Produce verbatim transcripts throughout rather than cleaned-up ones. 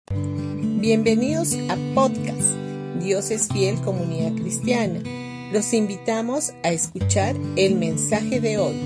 Bienvenidos a podcast Dios es Fiel Comunidad Cristiana. Los invitamos a escuchar el mensaje de hoy.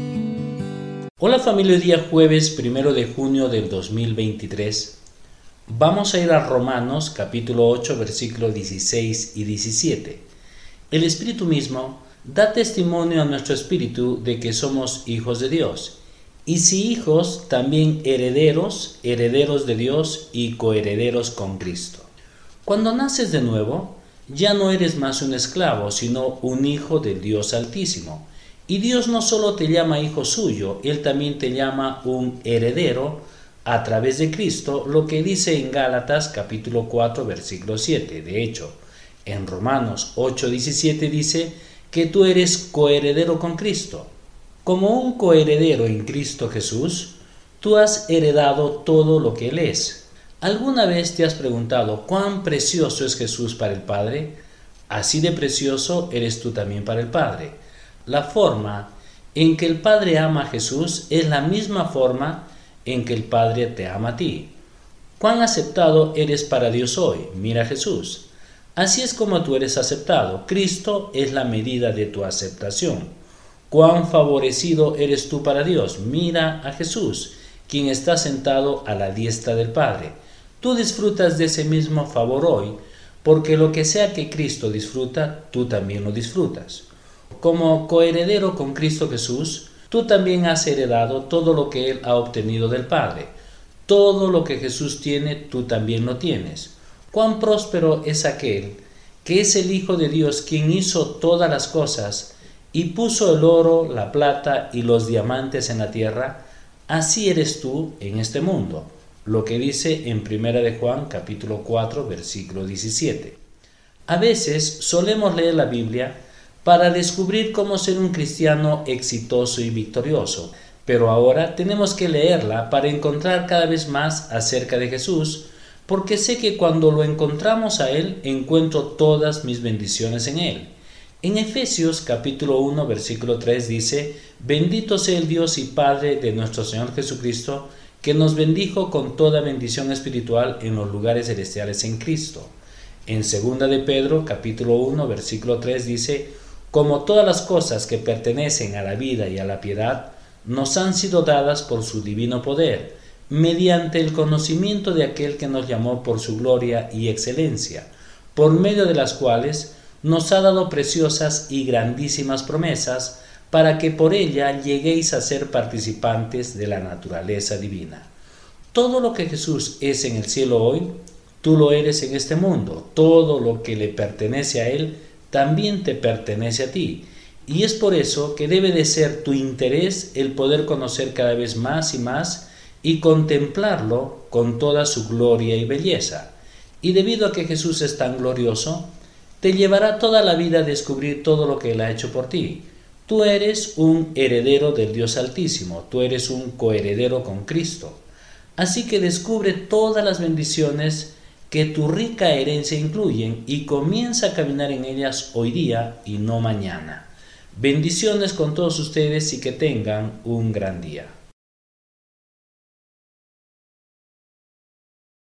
Hola familia, hoy día jueves primero de junio del dos mil veintitrés. Vamos a ir a Romanos capítulo ocho versículos dieciséis y diecisiete. El Espíritu mismo da testimonio a nuestro espíritu de que somos hijos de Dios. Y si hijos, también herederos, herederos de Dios y coherederos con Cristo. Cuando naces de nuevo, ya no eres más un esclavo, sino un hijo del Dios Altísimo. Y Dios no solo te llama hijo suyo, Él también te llama un heredero a través de Cristo, lo que dice en Gálatas capítulo cuatro versículo siete. De hecho, en Romanos ocho diecisiete dice que tú eres coheredero con Cristo. Como un coheredero en Cristo Jesús, tú has heredado todo lo que Él es. ¿Alguna vez te has preguntado cuán precioso es Jesús para el Padre? Así de precioso eres tú también para el Padre. La forma en que el Padre ama a Jesús es la misma forma en que el Padre te ama a ti. ¿Cuán aceptado eres para Dios hoy? Mira a Jesús. Así es como tú eres aceptado. Cristo es la medida de tu aceptación. ¿Cuán favorecido eres tú para Dios? Mira a Jesús, quien está sentado a la diestra del Padre. Tú disfrutas de ese mismo favor hoy, porque lo que sea que Cristo disfruta, tú también lo disfrutas. Como coheredero con Cristo Jesús, tú también has heredado todo lo que Él ha obtenido del Padre. Todo lo que Jesús tiene, tú también lo tienes. Cuán próspero es aquel que es el Hijo de Dios, quien hizo todas las cosas, y puso el oro, la plata y los diamantes en la tierra. Así eres tú en este mundo, lo que dice en primera de Juan capítulo cuatro versículo diecisiete. A veces solemos leer la Biblia para descubrir cómo ser un cristiano exitoso y victorioso, pero ahora tenemos que leerla para encontrar cada vez más acerca de Jesús, porque sé que cuando lo encontramos a Él, encuentro todas mis bendiciones en Él. En Efesios capítulo uno versículo tres dice: Bendito sea el Dios y Padre de nuestro Señor Jesucristo, que nos bendijo con toda bendición espiritual en los lugares celestiales en Cristo. En segunda de Pedro capítulo uno versículo tres dice: Como todas las cosas que pertenecen a la vida y a la piedad, nos han sido dadas por su divino poder, mediante el conocimiento de aquel que nos llamó por su gloria y excelencia, por medio de las cuales nos ha dado preciosas y grandísimas promesas, para que por ella lleguéis a ser participantes de la naturaleza divina. Todo lo que Jesús es en el cielo hoy, tú lo eres en este mundo. Todo lo que le pertenece a Él, también te pertenece a ti. Y es por eso que debe de ser tu interés el poder conocer cada vez más y más y contemplarlo con toda su gloria y belleza. Y debido a que Jesús es tan glorioso, te llevará toda la vida a descubrir todo lo que Él ha hecho por ti. Tú eres un heredero del Dios Altísimo, tú eres un coheredero con Cristo. Así que descubre todas las bendiciones que tu rica herencia incluyen y comienza a caminar en ellas hoy día y no mañana. Bendiciones con todos ustedes y que tengan un gran día.